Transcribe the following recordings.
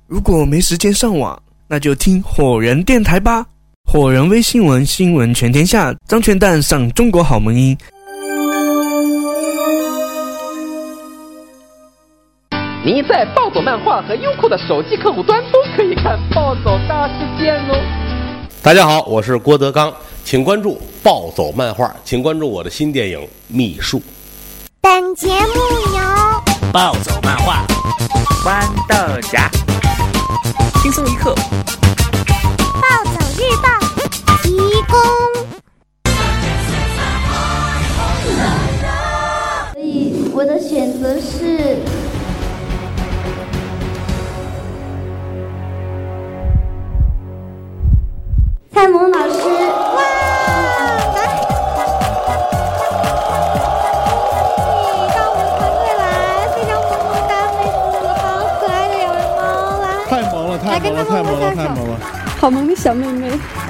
如果没时间上网，那就听火人电台吧。火人微新闻，新闻全天下，张全蛋上中国好声音。 你在暴走漫画和优酷的手机客户端都可以看暴走大事件哦。 大家好，我是郭德纲，请关注暴走漫画，请关注我的新电影《秘术》。 本节目由暴走漫画、豌豆荚、轻松一刻、 暴走日报提供。 所以我的选择是蔡萌老师。 哇，来，到我们团队来，非常萌萌哒、美滋滋、好可爱的两人猫，来， 太萌了，太萌了，太萌了，太萌了， 好萌的小妹妹。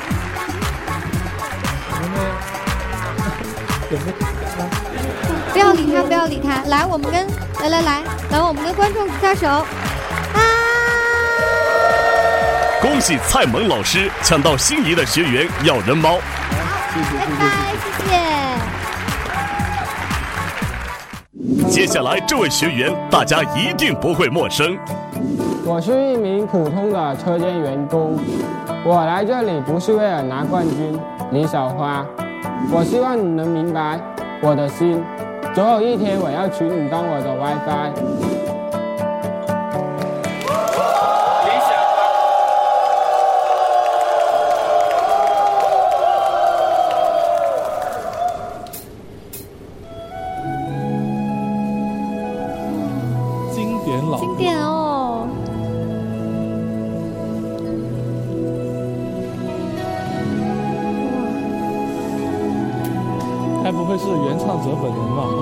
不要理他，不要理他，来，我们跟来，我们跟观众举下手。 恭喜蔡萌老师抢到心仪的学员要人猫。 拜拜， 谢谢。接下来这位学员大家一定不会陌生。 我是一名普通的车间员工，我来这里不是为了拿冠军。李小花，我希望你能明白我的心，总有一天我要娶你当我的 WiFi。 经典哦！ 该不会是原唱者本人吧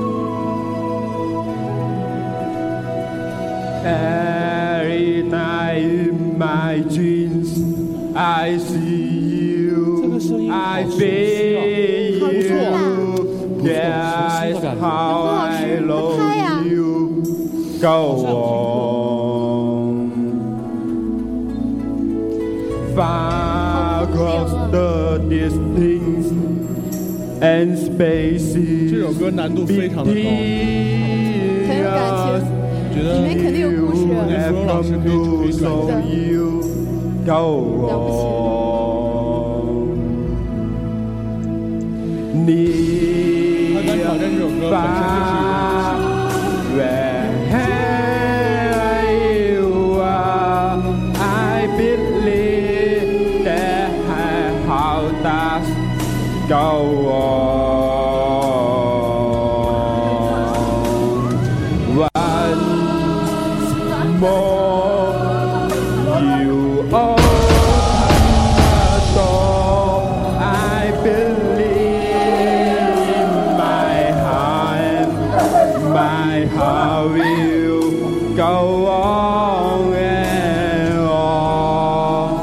？Every night in my dreams, I see you, I feel you. That's how I love you. Go on, far across the distance and spaces. 这首歌难度非常的高， 很有感情， 觉得里面肯定有故事。 芙蓉老师可以转 you go on， 他敢挑战这首歌本身就是一个游戏。 Go on once more, you open the door. I believe in my heart will go on and on.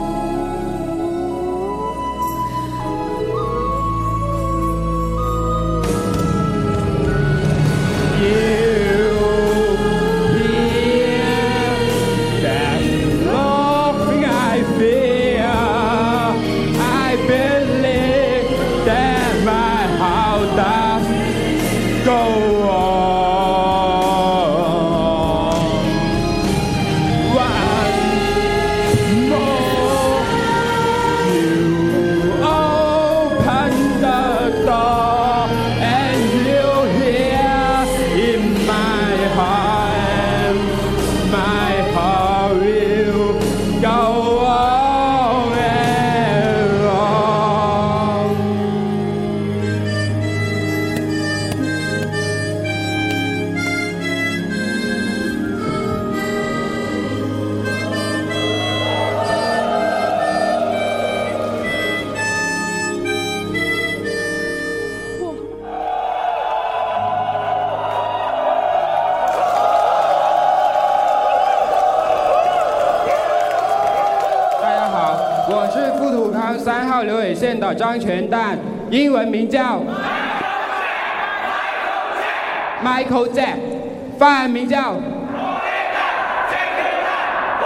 3号流水线的张全蛋，英文名叫 Michael Jack， 法文名叫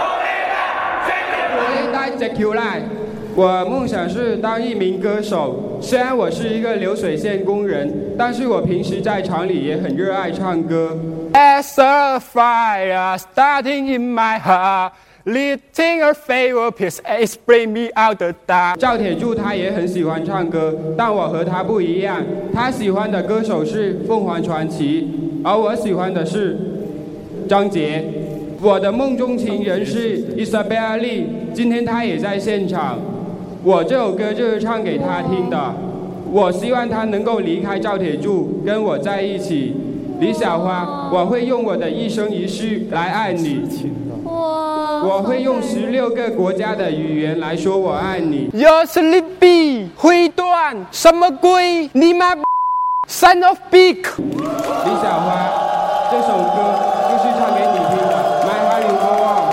Jack Q Lai，我梦想是当一名歌手。虽然我是一个流水线工人，但是我平时在厂里也很热爱唱歌。As a fire starting in my heart, lifting a favorite piece is bring me out the dark。赵铁柱他也很喜欢唱歌，但我和他不一样，他喜欢的歌手是凤凰传奇，而我喜欢的是张杰。我的梦中情人是 Isabella Lee， 今天他也在现场。我这首歌就是唱给他听的，我希望他能够离开赵铁柱，跟我在一起。李小花，我会用我的一生一世来爱你。我会用16个国家的语言来说我爱你。Your sleepy 灰段什么鬼？你妈 son of big。李小花，这首歌就是唱给你听的。My heart will go on。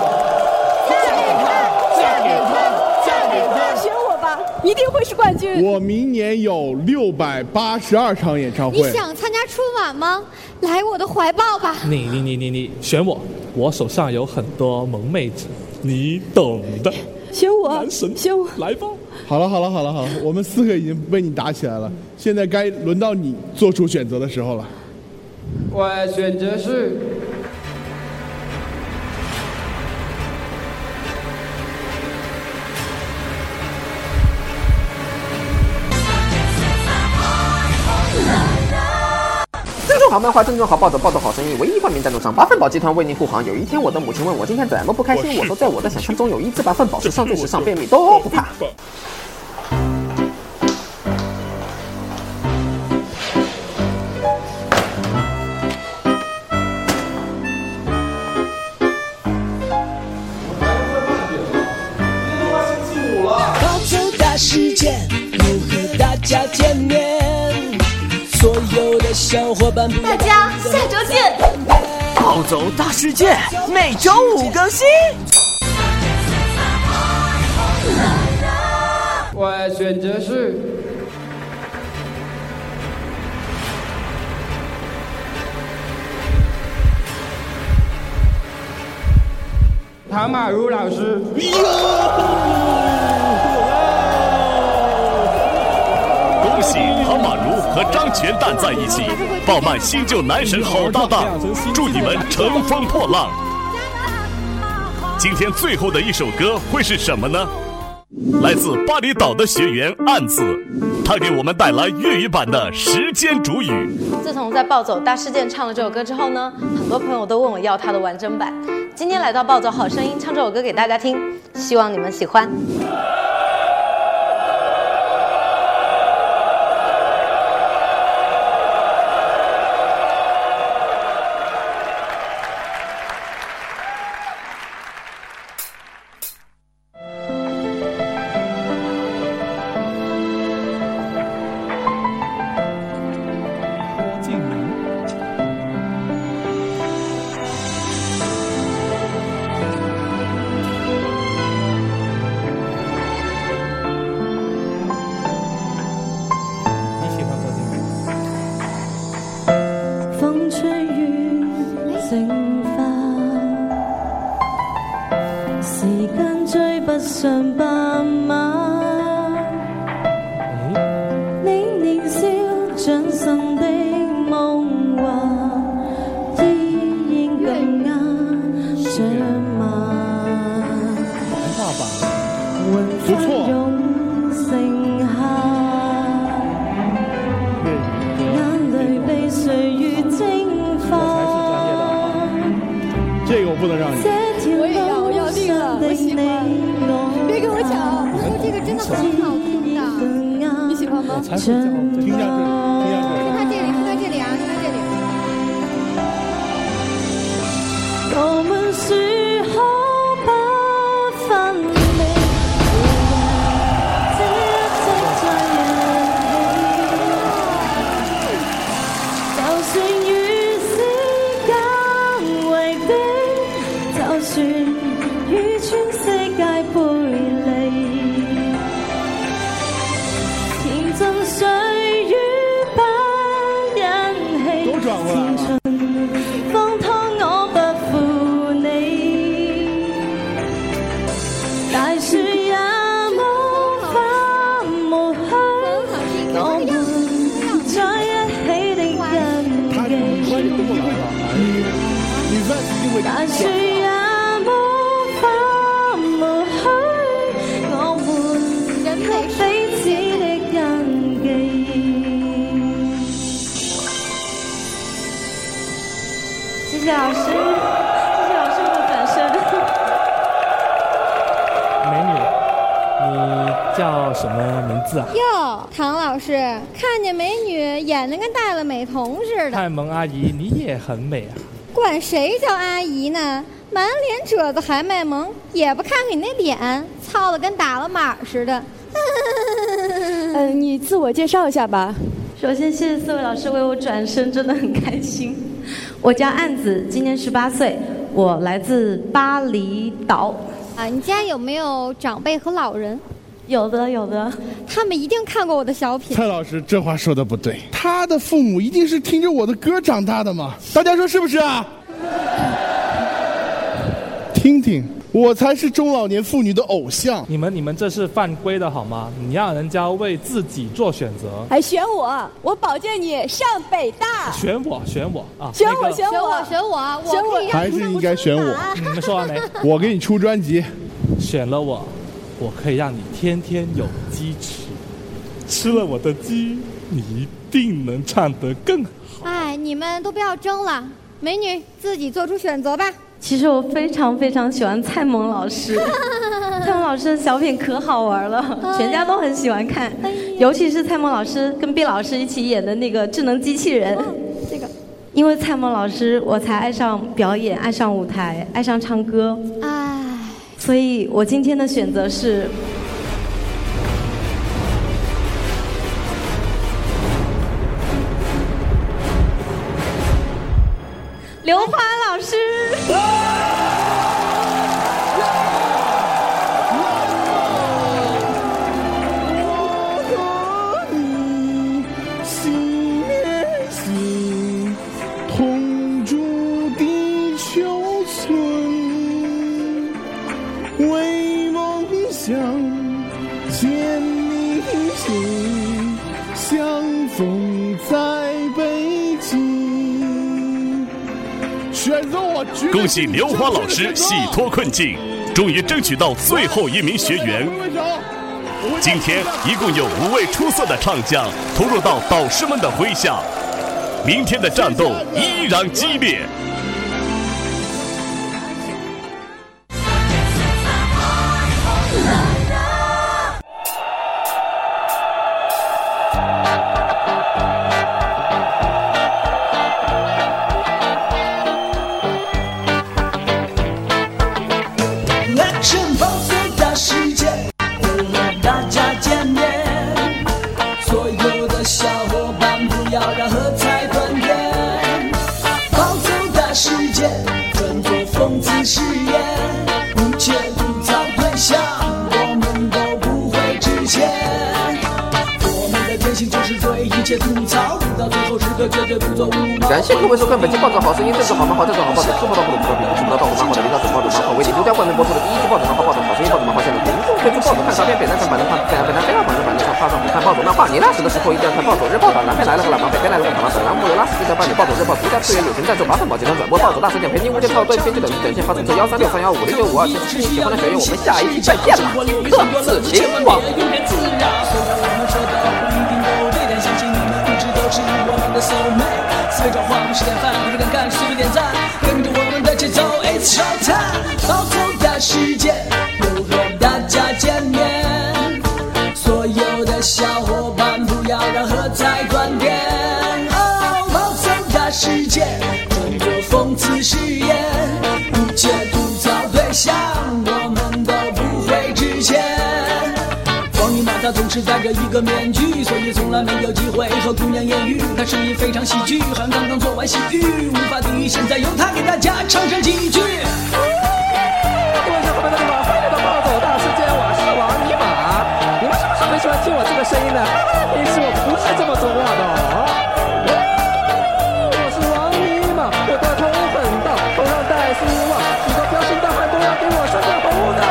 嫁给他，选我吧，一定会是冠军。 我明年有682场演唱会。 你想参加春晚吗？来我的怀抱吧。 你选我，我手上有很多萌妹子，你懂的。 选我， 男神， 选我， 来吧。 好了，我们4个已经被你打起来了，现在该轮到你做出选择的时候了。 我选择是。 郑重好漫画，郑重好暴走，暴走好声音，唯一冠名赞助商8份宝集团为您护航。有一天，我的母亲问我今天怎么不开心，我说在我的想象中有1至8份宝石上最时尚，便秘都不怕。 暴走大事件又和大家见面。所有的小伙伴， 大家下周见！ 暴走大事件每周5更新。 我选择是唐马如老师。 恭喜唐马如和张全蛋在一起，爆满新旧男神好搭档，祝你们乘风破浪。今天最后的一首歌会是什么呢？来自巴厘岛的学员暗子，他给我们带来粤语版的《时间煮雨》。 自从在暴走大事件唱了这首歌之后呢，很多朋友都问我要他的完整版。今天来到暴走好声音，唱这首歌给大家听，希望你们喜欢。 这个我不能让你。 我要定了，我喜欢。别跟我抢， 这个真的很好听的， 你喜欢吗？ 听下去，听下去。 看这里，看这里啊，看这里。 我们是可不分离，这一直在人就算與時間為敵，就算與全世界背離，填盡歲月不忍棄，前塵放湯我不負你，大樹也也許也無法抹去我們彼此的印記。謝謝老師，謝謝老師，我轉身。 美女，你叫什麼名字啊？ 哟，唐老師，看見美女演得跟戴了美瞳似的。 泰蒙阿姨，你也很美啊。 管誰叫阿姨呢？滿臉褶子還賣萌，也不看看你那臉，糙的跟打了碼似的。 你自我介紹一下吧。 首先，謝謝四位老師為我轉身，真的很開心。我叫岸子，今年18歲，我來自巴厘島。 啊，你家有沒有長輩和老人？ 有的，有的。 他們一定看過我的小品。 蔡老師，這話說的不對，他的父母一定是聽着我的歌長大的嘛？大家說是不是啊？聽聽，我才是中老年婦女的偶像。 你們這是犯規的好嗎？你讓人家為自己做選擇。 還選我，我保證你上北大。 選我啊！ 選我， 還是應該選我。 你們說完沒？ 我給你出專輯， 選了我可以讓你天天有雞吃，吃了我的雞，你一定能唱得更好。 哎，你們都不要爭了，美女自己做出選擇吧。 其實我非常非常喜歡蔡萌老師，蔡萌老師的小品可好玩了，全家都很喜歡看，尤其是蔡萌老師跟畢老師一起演的那個智能機器人。 這個， 因為蔡萌老師，我才愛上表演，愛上舞台，愛上唱歌。所以我今天的選擇是劉華老師。 同住地球村，为梦想见你心，相逢在北京。选择我， 恭喜刘华老师戏脱困境，终于争取到最后一名学员。今天一共有5位出色的唱将投入到导师们的麾下，明天的战斗依然激烈。 感谢各位收看本期《暴走好声音》，这是好漫画，这是好报纸，吃不到不懂不评，吃不到爆火漫画的领导者暴走漫画为你独家冠名播出的第1期暴走漫画《暴走好声音》。暴走漫画现在同步推出暴走看照片，北南看版能看，北南非要版能画上不看暴走漫画。你拉屎的时候一定要看暴走日报道，南边来了个喇叭，北边来了个喇叭。本栏目由拉屎记者办理，暴走日报独家资源友情赞助8分宝集团转播，暴走大事件陪您无间操作，编辑等线发送至1363156927777，喜欢的学员我们下一期再见了，各自前往。随着花木10点半，不是更干，随便点赞，跟着我们的节奏 ，It's show time， 暴走大世界又和大家见面，所有的小伙伴不要让喝彩断电。哦，暴走大世界，专做讽刺实验，一切吐槽对象我们都不会值钱。王尼玛他总是戴着一个面具，所以从来没有机会和姑娘艳遇。他声音非常喜剧，好像刚刚做完洗浴，无法抵御。现在由他给大家唱上几句。各位小伙伴大家好，欢迎来到暴走大世界，我是王尼玛。你们是不是很喜欢听我这个声音呢？平时我不是这么说话的。我是王尼玛，我的头很大，头上戴丝袜，许多彪形大汉都要给我伸个猴子。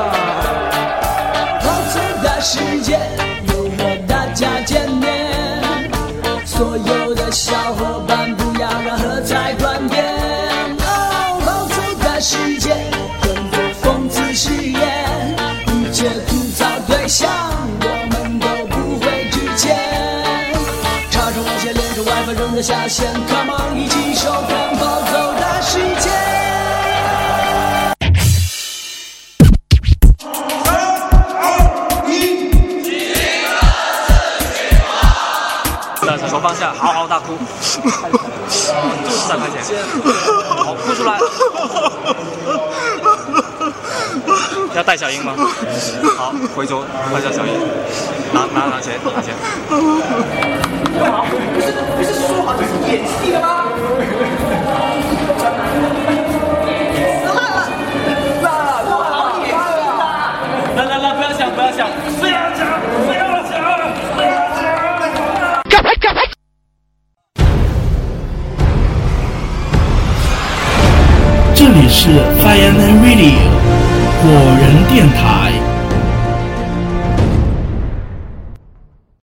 世界又和大家见面，所有的小伙伴不要让喝彩断电。哦，暴走大下线 ，Come on， 一起收看《暴走大世界》。 手放下，嚎啕大哭，就是3块钱，好，哭出来。要带小英吗？好，回头换下小英，拿钱，拿钱。不是说好就是演戏的吗？来，不要想，不要想，不要讲，不要讲，不要讲。干牌！ 这里是 Fireman Radio 火人电台。